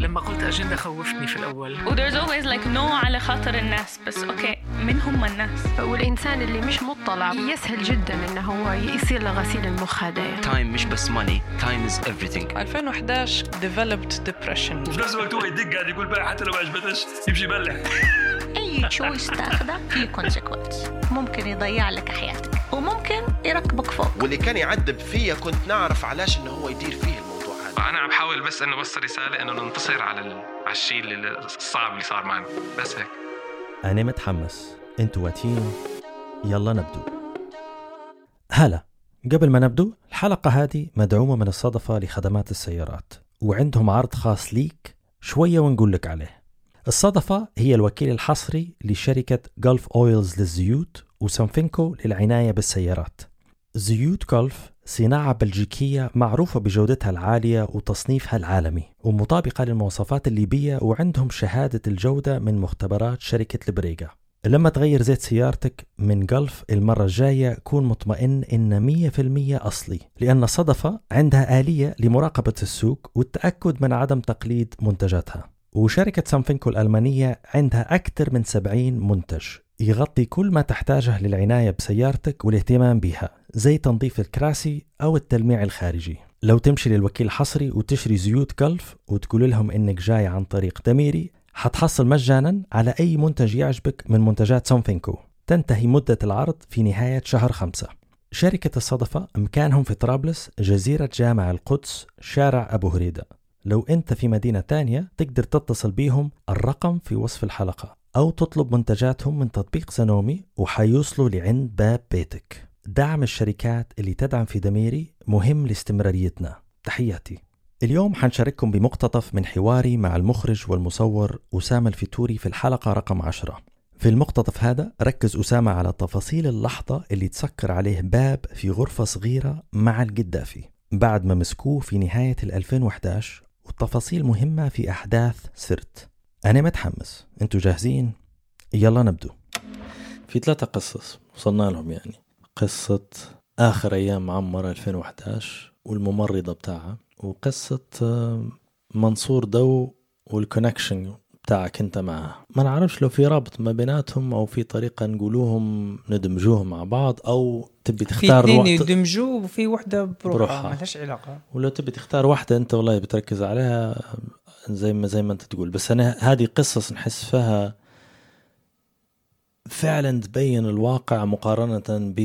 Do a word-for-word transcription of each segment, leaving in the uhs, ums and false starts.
لما قلت أجندة خوفتني في الأول. و there's always like no على خاطر الناس، بس أوكي من هم الناس؟ والإنسان اللي مش مطلع يسهل جدا إنه هو يصير لغسيل المخ هذا. time مش بس money، time is everything. ألفين وإحدى عشر developed depression. وفي نفس الوقت هو يدق قاعد يقول بقى حتى لو ما عجبتش يمشي يبلح. أي تشويس تاخده فيه consequence، ممكن يضيع لك حياتك وممكن يركبك فوق. واللي كان يعذب فيا كنت نعرف علاش إنه هو يدير فيه الموضوع هذا. أنا عم بحاول بس إنه بس رسالة إنه ننتصر على ال... على الشيء اللي الصعب اللي صار معنا، بس هيك. أنا متحمس، أنتوا واتين، يلا نبدو. هلا، قبل ما نبدو الحلقة هذه مدعومة من الصدفة لخدمات السيارات، وعندهم عرض خاص ليك شوية ونقول لك عليه. الصدفة هي الوكيل الحصري لشركة غلف أويلز للزيوت وسانفينكو للعناية بالسيارات. زيوت غلف صناعة بلجيكية معروفة بجودتها العالية وتصنيفها العالمي ومطابقة للمواصفات الليبية، وعندهم شهادة الجودة من مختبرات شركة البريغا. لما تغير زيت سيارتك من غلف المرة الجاية كون مطمئن إن مية في المية أصلي، لأن صدفة عندها آلية لمراقبة السوق والتأكد من عدم تقليد منتجاتها. وشركة سانفينكو الألمانية عندها أكثر من سبعين منتج يغطي كل ما تحتاجه للعناية بسيارتك والاهتمام بها، زي تنظيف الكراسي أو التلميع الخارجي. لو تمشي للوكيل الحصري وتشري زيوت غلف وتقول لهم إنك جاي عن طريق دميري، حتحصل مجانا على أي منتج يعجبك من منتجات سانفينكو. تنتهي مدة العرض في نهاية شهر خمسة. شركة الصدفة مكانهم في طرابلس، جزيرة جامع القدس، شارع أبو هريدة. لو أنت في مدينة تانية تقدر تتصل بيهم، الرقم في وصف الحلقة، أو تطلب منتجاتهم من تطبيق سنومي وحيوصلوا لعند باب بيتك. دعم الشركات اللي تدعم في دميري مهم لاستمراريتنا. تحياتي. اليوم حنشارككم بمقتطف من حواري مع المخرج والمصور أسامة الفتوري في الحلقة رقم عشرة. في المقتطف هذا ركز أسامة على تفاصيل اللحظة اللي تسكر عليه باب في غرفة صغيرة مع القدافي بعد ما مسكوه في نهاية ألفين وإحدى عشر، والتفاصيل مهمة في أحداث سرت. أنا متحمس، أنتوا جاهزين؟ يلا نبدو. في ثلاثة قصص وصلنا لهم، يعني قصة آخر أيام معمر ألفين وإحدى عشر والممرضة بتاعها، وقصة منصور دو والكونكشن بتاعك انت معها. ما نعرفش لو في رابط ما بيناتهم او في طريقة نقولوهم ندمجوهم مع بعض، او تبي تختار في واحدة يدمجوا وفي وحدة بروحها ما لهاش علاقة، ولو تبي تختار واحدة انت والله بتركز عليها زي ما زي ما انت تقول. بس انا هذه قصص نحس فيها فعلا تبين الواقع مقارنة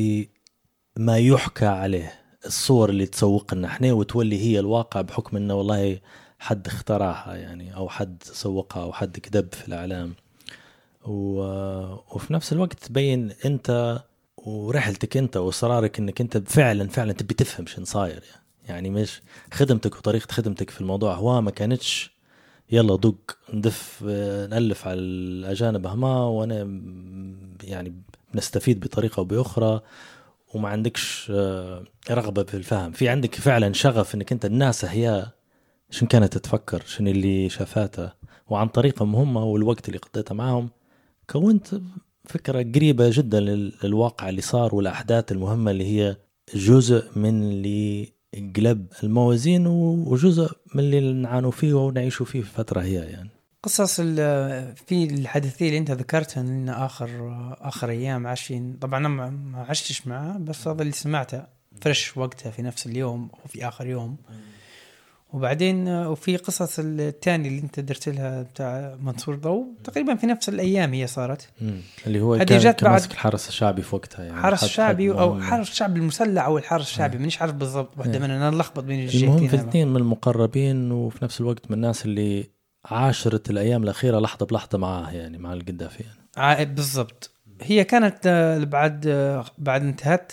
بما يحكى عليه، الصور اللي تسوق لنا احنا وتولي هي الواقع بحكم انه والله حد اخترعها يعني، او حد سوقها، او حد كذب في الاعلام. و... وفي نفس الوقت تبين انت ورحلتك انت واصرارك انك انت فعلا فعلا تبي تفهم شو صاير يعني. يعني مش خدمتك وطريقة خدمتك في الموضوع هو ما كانتش يلا دق ندف نألف على الأجانب هما وانا يعني بنستفيد بطريقة او باخرى، وما عندكش رغبة في الفهم. في عندك فعلا شغف انك انت الناس هي شن كانت تفكر، شن اللي شافاته، وعن طريقة مهمة والوقت اللي قضيته معهم كونت فكرة قريبة جدا للواقع اللي صار والأحداث المهمة اللي هي جزء من اللي قلب الموازين وجزء من اللي نعانوا فيه ونعيشوا فيه في فترة هي يعني. قصص في الحدثية اللي انت ذكرتها ان آخر آخر أيام عشرين، طبعا أنا ما عشتش معه بس هذا اللي سمعته فرش وقتها في نفس اليوم وفي آخر يوم. وبعدين وفي قصص الثاني اللي انت درت لها بتاع منصور ضو تقريبا في نفس الايام هي صارت، اللي هو كان كماسك الحرس الشعبي في وقتها يعني، حرس الشعبي او حرس الشعبي المسلح او الحرس الشعبي مانيش عارف بالضبط واحده من انا نلخبط بين الجهتين. المهم في الاثنين من المقربين وفي نفس الوقت من الناس اللي عاشرت الايام الاخيره لحظه بلحظه معاه يعني مع القدافي يعني. بالضبط. هي كانت بعد بعد انتهت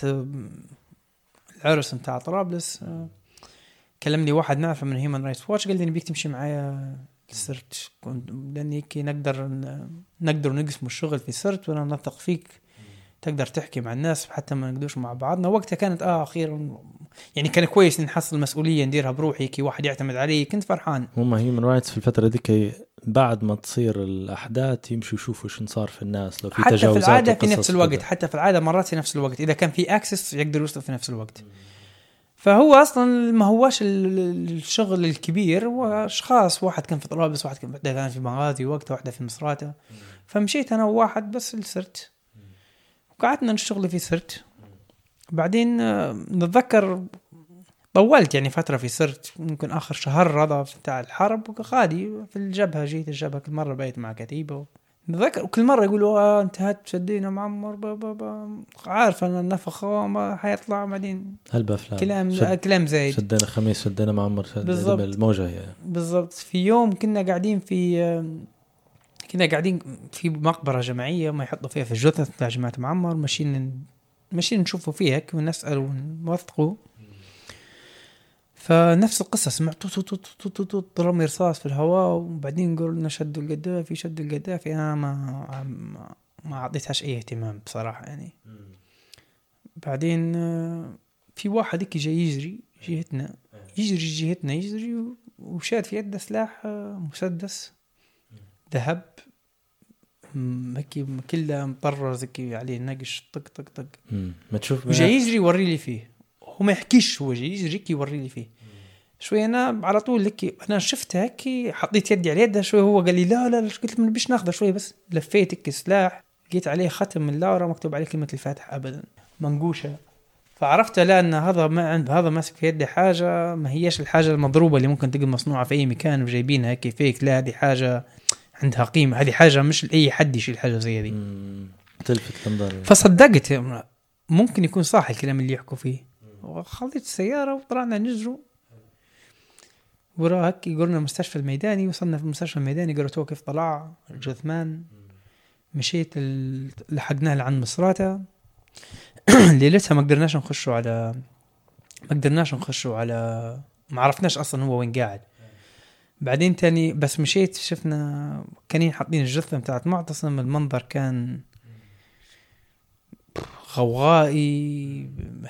العرس بتاع طرابلس كلمني واحد نعرفه من هيومن رايتس واتش، قال لي نبيك تمشي معايا لسرت، لأني كي نقدر نقدر نقسم الشغل في سرت وأنا نثق فيك تقدر تحكي مع الناس حتى ما نقدرش مع بعضنا. وقتها كانت آه أخيرا يعني كان كويس نحصل مسؤولية نديرها بروحي كي واحد يعتمد علي، كنت فرحان. هم هيومن رايتس في الفترة دي كي بعد ما تصير الأحداث يمشوا يشوفوا شو صار في الناس، لو في حتى تجاوزات في العادة في نفس كده. الوقت حتى في العادة مرات في نفس الوقت إذا كان في أكسس يقدر يوصل في نفس الوقت. فهو اصلا ما هواش الشغل الكبير، هو اشخاص، واحد كان في طرابلس، واحد كان كان في مغازي، وقتها واحده في مصراتة. فمشيت انا وواحد بس لسرت، وقعدنا نشتغل في سرت. بعدين نتذكر طولت يعني فتره في سرت، ممكن اخر شهر هذا بتاع الحرب غادي في الجبهه، جيت الجبهه كل مره بقيت مع كتيبه. نتذكر وكل مره يقولوا آه انتهت شدينا معمر بابا با. عارف انا النفخه ما حيطلع بعدين هالبافلام كلام شد... كلام زايد. شدينا خميس شدينا معمر شدينا الموجه هي بالضبط. في يوم كنا قاعدين في كنا قاعدين في مقبره جماعيه ما يحطوا فيها في الجثث بتاع جماعه معمر، ماشيين ماشيين نشوفوا فيها ونسال ونوثقوا. فنفس القصة سمعت توت توت توت توت توت رمي رصاص في الهواء، وبعدين قلنا شدوا القذافي شدوا القذافي. أنا ما ما أعطيتهاش أي اهتمام بصراحة يعني. بعدين في واحد هيك جاي يجري جهتنا يجري جهتنا يجري وشاد في يده سلاح مسدس ذهب هيك كله مطرز هيك عليه نقش طق طق طق. ما تشوف جاي يجري وري لي فيه، هو ما يحكيش، هو جاي يجري كي يوري لي فيه شوي. انا على طول لك انا شفته هيك حطيت يدي على يده شوي، هو قال لي لا لا قلت له بيش ناخذه شوي بس. لفيت هيك سلاح لقيت عليه ختم من لورا مكتوب عليه كلمه الفاتحه ابدا منقوشه. فعرفت لا ان هذا ما عند هذا ماسك في يده حاجه ما هيش الحاجه المضروبه اللي ممكن تلقى مصنوعه في اي مكان وجايبينها هيك فيك، لا هذه حاجه عندها قيمه، هذه حاجه مش اي حد يشيل حاجه زي هذه. تلفت الانظار. فصدقت ممكن يكون صح الكلام اللي يحكوا فيه. وخليت السيارة وطلعنا نجروا وراك يقولنا مستشفى الميداني. وصلنا في المستشفى الميداني قالوا تو كيف طلع الجثمان. مشيت لحقناه لعند مصراتة. ليلتها ما قدرناش نخشوا على ما قدرناش نخشوا على ما عرفناش أصلا هو وين قاعد. بعدين تاني بس مشيت شفنا كانين حاطين الجثة بتاعت معتصم. المنظر كان غوغائي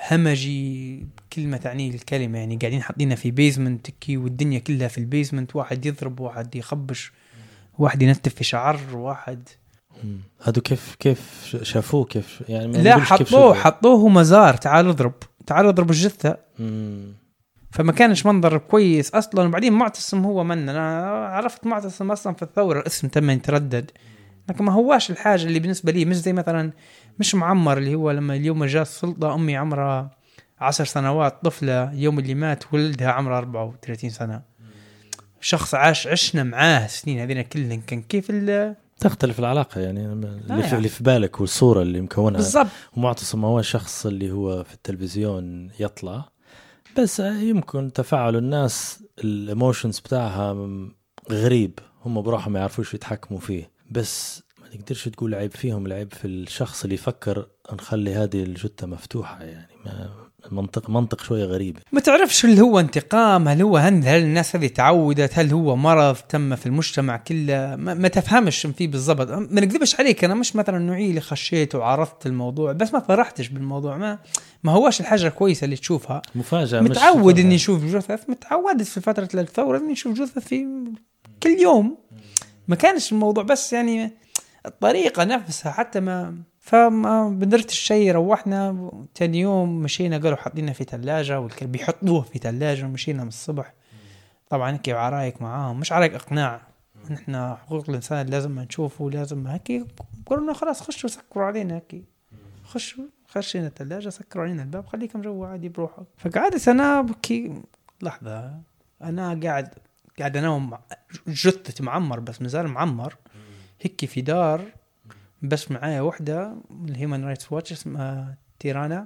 همجي كلمة تعني الكلمة يعني. قاعدين حاطينها في بيزمنت كي والدنيا كلها في البيزمنت، واحد يضرب واحد يخبش واحد ينتف في شعر واحد. هادو كيف كيف شافوه كيف يعني؟ لا حطوه حطوه مزار تعال اضرب تعال اضرب الجثة. مم. فما كانش منظر كويس أصلا. وبعدين معتصم هو من أنا عرفت معتصم أصلا في الثورة الاسم تم يتردد، لكن ما هواش الحاجة اللي بالنسبة لي مش زي مثلا مش معمر اللي هو لما اليوم جاء السلطة أمي عمرها عشر سنوات طفلة، اليوم اللي مات ولدها عمرها أربعة وثلاثين سنة. شخص عاش عشنا معاه سنين هذين كلهم. كان كيف ال تختلف العلاقة يعني اللي, في, اللي في بالك والصورة اللي مكونها بالضبط. ومعتصم هو شخص اللي هو في التلفزيون يطلع بس يمكن تفاعل الناس الاموشنز بتاعها غريب، هم بروحهم ما يعرفوش يتحكموا فيه. بس ما تقدرش تقول عيب فيهم، العيب في الشخص اللي يفكر نخلي هذه الجثة مفتوحة يعني. ما منطق منطق شوية غريب. ما تعرفش هل هو انتقام، هل هو هل, هل الناس هذه تعودت، هل هو مرض تم في المجتمع كله. ما, ما تفهمش فيه بالضبط. ما نكذبش عليك أنا مش مثلا نوعي اللي خشيت وعرضت الموضوع بس ما فرحتش بالموضوع. ما ما هواش الحاجة كويسة اللي تشوفها. مفاجأة. متعود إني أشوف جثث، متعودت في فترة الثورة إني أشوف جثث في كل يوم. ما كانش الموضوع بس يعني الطريقة نفسها حتى ما. فما بندرت الشيء. روحنا تاني يوم مشينا قالوا حاطيننا في ثلاجة والكل بيحطوه في ثلاجة. مشينا من الصبح طبعا كيف عرايك معاهم مش عرايك إقناع. نحن حقوق الإنسان لازم نشوفه لازم هكي. قلنا خلاص خشوا سكروا علينا هكي. خشوا خشينا الثلاجة سكروا علينا الباب خليكم جوا عادي بروحك. فقعدت أنا بكي لحظة أنا قاعد قاعد أنام جثة معمر بس مازال معمر هيك في دار بس معايا وحدة الهيومن رايتس واتش اسمها تيرانا.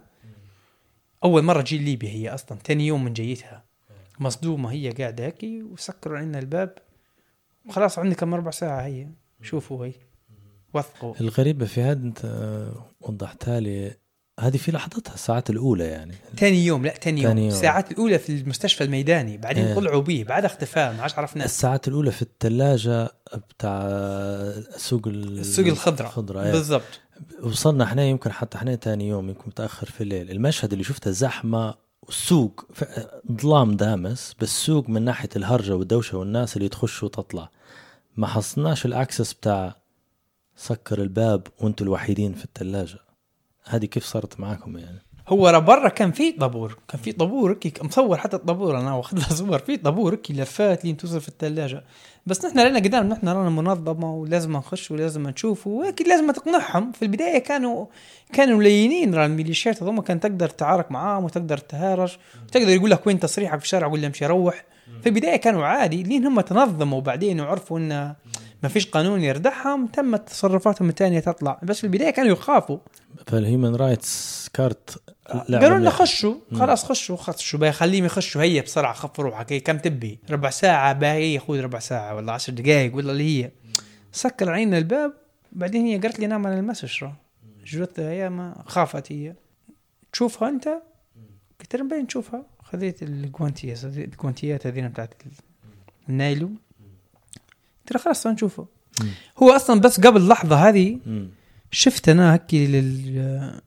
أول مرة جي ليبيا هي أصلا تاني يوم من جيتها مصدومة هي قاعدة هيك وسكروا علينا الباب وخلاص عندك كم ربع ساعة هي شوفوا هي وثقوا. الغريبة في هذا أنت وضحتها لي هذه في لحظتها الساعات الأولى يعني تاني يوم. لا تاني يوم, يوم. الساعات الأولى في المستشفى الميداني بعدين اه. طلعوا به بعد اختفاء ما عادش عرفنا. الساعات الأولى في الثلاجة بتاع سوق السوق الخضراء بالضبط. وصلنا احنا يمكن حتى احنا تاني يوم يمكن متأخر في الليل. المشهد اللي شفته زحمة والسوق ظلام دامس بس السوق من ناحية الهرجة والدوشة والناس اللي تخش وتطلع. ما حصلناش الأكسس بتاع سكر الباب وانتوا الوحيدين في الثلاجة. هذه كيف صارت معاكم يعني؟ هو برا كان في طابور، كان في طابور كي مصور حتى الطابور انا واخذ له صور في طابور كي لفات لين توصل في الثلاجه. بس نحن لنا قدام نحن رانا منظمه ولازم نخش ولازم نشوف واكيد لازم تقنعهم. في البدايه كانوا كانوا لينين، راه الميليشيات هذوما كان تقدر تتعارك معاهم وتقدر تهارش وتقدر يقول لك وين تصريحك في الشارع ولا امشي روح. في البدايه كانوا عادي لين هم تنظموا وبعدين وعرفوا ان ما فيش قانون يردعهم تمت تصرفاتهم الثانيه تطلع. بس في البدايه كانوا يخافوا. فالهيومن رايتس كارت قالوا لنا خشوا خلاص خشوا خشوا بيخليهم يخشوا هي بسرعه خف روحك كم تبي ربع ساعه باهي ياخذ ربع ساعه ولا عشر دقائق ولا اللي هي سكر علينا الباب. بعدين هي قالت لي نام على المسشره جرتها هي ما خافت هي تشوفها انت قلت لها بين نشوفها. خذيت الجوانتيات الجوانتيات هذين بتاعت النايلو قلت لها خلاص نشوفه. هو اصلا بس قبل لحظه هذه شفت انا هكي لل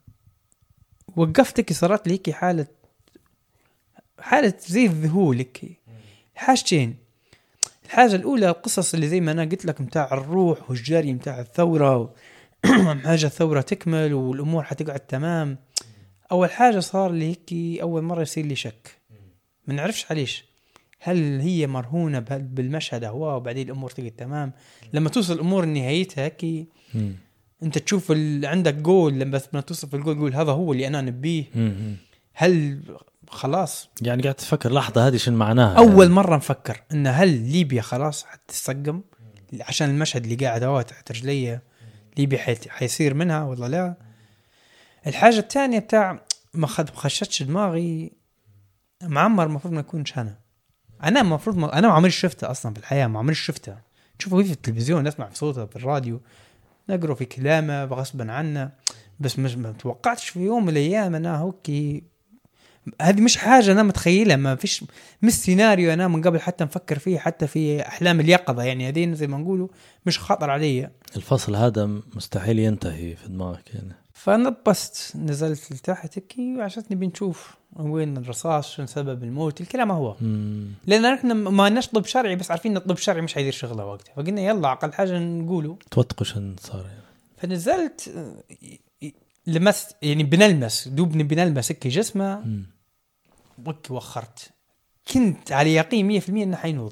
وقفتك صارت لي هيك حالة حالة زي الذهول هيك. حاجتين، الحاجة الأولى القصص اللي زي ما أنا قلت لك متاع الروح والجري متاع الثورة حاجة الثورة تكمل والأمور حتقعد تمام. أول حاجة صار لي هيك أول مرة يصير لي شك ما نعرفش عليش هل هي مرهونة بالمشهد هو وبعدين الأمور تقعد تمام. لما توصل الأمور نهايتها هيك انت تشوف عندك جول لما بس توصف الجول تقول هذا هو اللي انا نبيه. هل خلاص يعني قاعد تفكر لحظه هذه شنو معناها؟ اول يعني. مره نفكر ان هل ليبيا خلاص حتسقم عشان المشهد اللي قاعد هو تحت رجليه ليبيا حيصير منها ولا لا. الحاجه الثانيه بتاع ما خد خشتش دماغي معمر المفروض ما يكونش انا انا المفروض ما انا ما عمري شفتها اصلا في الحياه ما عمري شفتها. تشوفه في التلفزيون نسمع في صوتها في الراديو نقرأ في كلامه بغصبا عنا بس مش ما توقعتش في يوم من الأيام أنا هوكي. هذه مش حاجة أنا متخيلها ما فيش مش سيناريو أنا من قبل حتى نفكر فيه حتى في أحلام اليقظة يعني هذين زي ما نقولوا مش خاطر علي. الفصل هذا مستحيل ينتهي في دماغك يعني. فنبست نزلت لتحت هكي عشان نبي نشوف وين الرصاص شو سبب الموت الكلام هو مم. لأن نحن ما نطلب شرعي بس عارفين نطلب شرعي مش هيدير شغله وقتها فقلنا يلا أقل حاجة نقوله توثقوا شن صار يعني. فنزلت لمس يعني بنلمس دوبني بنلمس هكي جسمه وكي وخرت كنت على يقين مية في المية إنه حينوض.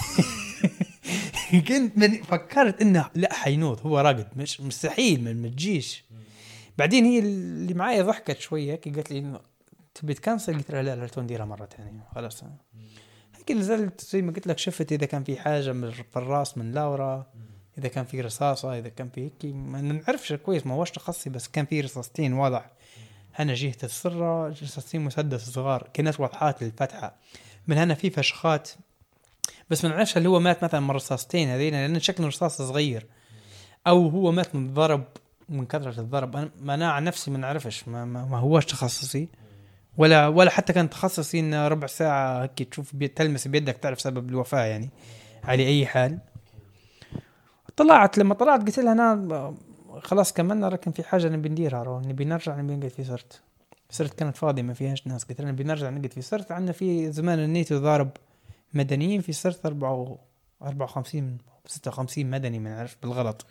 كنت من فكرت إنه لا حينوض هو راقد مش مستحيل من متجيش. بعدين هي اللي معايا ضحكت شوية هكي قالت لي تبي تكنسل قلت لها لا لا تنديرها مرة تانية خلاص. هكي نزلت زي ما قلت لك شفت إذا كان في حاجة من الراس من لاورا إذا كان في رصاصة إذا كان في هيك ما نعرفش كويس ما هوش تخصصي بس كان في رصاصتين واضح. هنا جهة السرة رصاصتين مسدس صغار كانت واضحات للفتحة من هنا في فشخات بس ما نعرفش هل هو مات مثلا من رصاصتين هذين لأن شكله رصاص صغير أو هو مات من ضرب من كثرة الضرب. أنا ما أنا عن نفسي ما نعرفش ما, ما, ما هوش تخصصي ولا ولا حتى كان تخصصي إن ربع ساعة هيك تشوف تلمس بيدك تعرف سبب الوفاة يعني على أي حال. طلعت لما طلعت قلت لها أنا خلاص كملنا لكن في حاجة نبي نديرها نبي نرجع نبي نقعد في سرت. سرت كانت فاضية ما فيهاش ناس قلت لها نبي نرجع نقعد في سرت. عندنا في زمان النيتو ضارب مدنيين في سرت أربعة أربعة وخمسين ستة وخمسين مدني ما نعرف بالغلط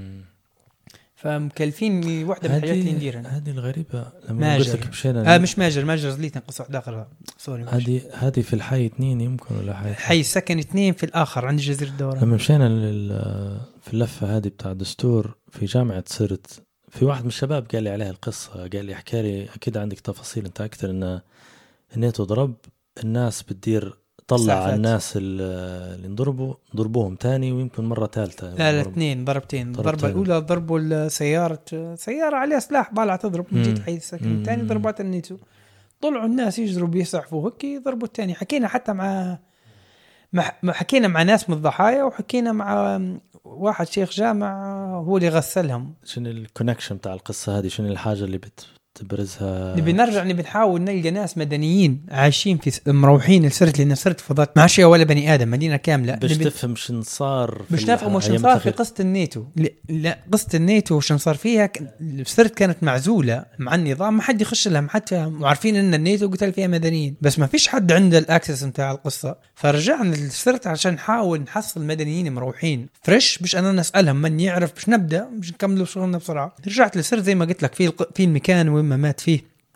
فمكلفين واحدة من الحاجات اللي نديرها. هذه الغريبة لما قلت لك مشينا آه مش ماجر ماجر زليت نقص واحد آخر سوري. هذه هذه في الحي اثنين يمكن ولا حي حي سكن اثنين في الآخر عند جزيرة الدوران. لما مشينا في اللفة هذه بتاع الدستور في جامعة سرت في واحد من الشباب قال لي عليها القصة قال لي احكي لي أكيد عندك تفاصيل أنت أكثر إن النيتو ضرب الناس بتدير طلع الناس اللي انضربوا ضربوهم تاني ويمكن مرة ثالثة. لا لا اثنين ضربتين. الضربة الأولى ضربوا السيارة سيارة عليها سلاح بالعة تضرب من جيت حي السكن. الثاني ضربات النيتو طلعوا الناس يجروا بيسعفوا هكي ضربوا الثاني. حكينا حتى مع ما حكينا مع ناس من الضحايا وحكينا مع واحد شيخ جامع هو اللي غسلهم. شنو الكونكشن بتاع القصة هذه شنو الحاجة اللي بت تبرزها؟ نبي نرجع نبي نحاول نلقى ناس مدنيين عايشين في مروحين لسرت لأن سرت فضات ماشية ولا بني آدم مدينة كاملة باش تفهم شن صار باش نفهم شن صار في قصة الناتو. لا قصة الناتو وشن صار فيها سرت كانت معزولة مع النظام ما حد يخش لها حتى وعارفين ان الناتو قتل فيها مدنيين بس ما فيش حد عنده الاكسس نتاع القصة. فرجعنا لسرت عشان نحاول نحصل مدنيين مروحين فريش باش انا نسألهم من يعرف باش نبدأ باش نكملوا شغلنا بسرعة. رجعت لسرت زي ما قلت لك في في المكان ما مات فيه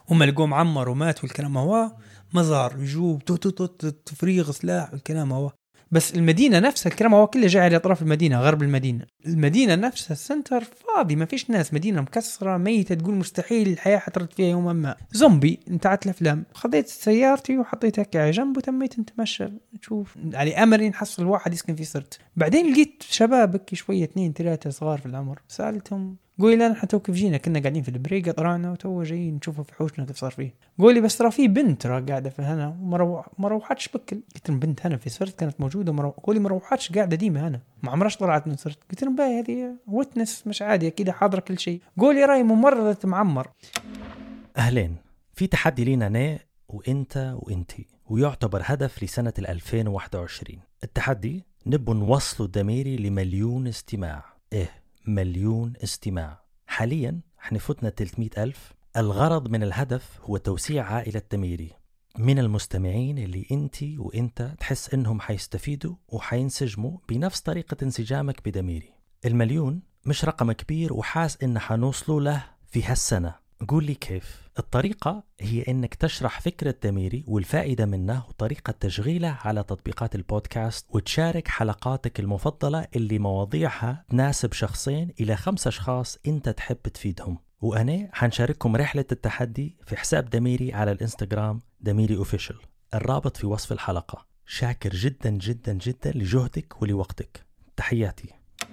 هم لقوا معمر ومات والكلام هو مزار يجوب تفريغ سلاح والكلام هو. بس المدينة نفسها الكلام هو كله جاي على أطراف المدينة غرب المدينة. المدينة نفسها السنتر فاضي ما فيش ناس، مدينة مكسرة ميتة، تقول مستحيل الحياة حترد فيها يوما ما. زومبي انتعت الأفلام. خذيت سيارتي وحطيتها على جنب وتميت نتمشى تشوف على أمري نحصل واحد يسكن في سرت. بعدين لقيت شبابك شوية اثنين ثلاثة صغار في العمر، سألتهم قولي لا نحن توقف جينا كنا قاعدين في البريق طلعنا وتو جايين نشوفوا في حوشنا كيف صار فيه. قولي بس ترى في بنت ترى قاعده في هنا وما ما روحتش بكل. قلت لهم بنت هنا في سرت كانت موجوده مرو... قولي ما روحتش قاعده ديما هنا ما عمرش طلعت من سرت. قلت لهم باهي هذه وتنس مش عادي اكيد حاضره كل شيء. قولي راي ممرضه معمر. اهلين، في تحدي لينا انا وانت وانتي ويعتبر هدف لسنه ألفين وواحد وعشرين. التحدي نبو نوصلوا الدميري لمليون استماع. ايه مليون استماع. حاليا احنا فتنا ثلاثمئة ألف. الغرض من الهدف هو توسيع عائلة دميري من المستمعين اللي انتي وانت تحس انهم حيستفيدوا وحينسجموا بنفس طريقة انسجامك بدميري. المليون مش رقم كبير وحاس ان حنوصلوا له في هالسنة. قول لي كيف؟ الطريقة هي انك تشرح فكرة دميري والفائدة منه وطريقة تشغيله على تطبيقات البودكاست، وتشارك حلقاتك المفضلة اللي مواضيعها تناسب شخصين إلى خمس أشخاص انت تحب تفيدهم. وأنا حنشارككم رحلة التحدي في حساب دميري على الانستغرام دميري أوفيشل، الرابط في وصف الحلقة. شاكر جدا جدا جدا لجهدك ولوقتك. تحياتي.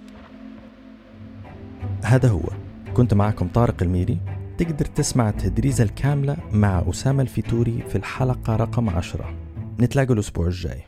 هذا هو، كنت معكم طارق الميري. تقدر تسمع التدريزة الكاملة مع أسامة الفيتوري في الحلقة رقم عشرة. نتلاقوا الأسبوع الجاي.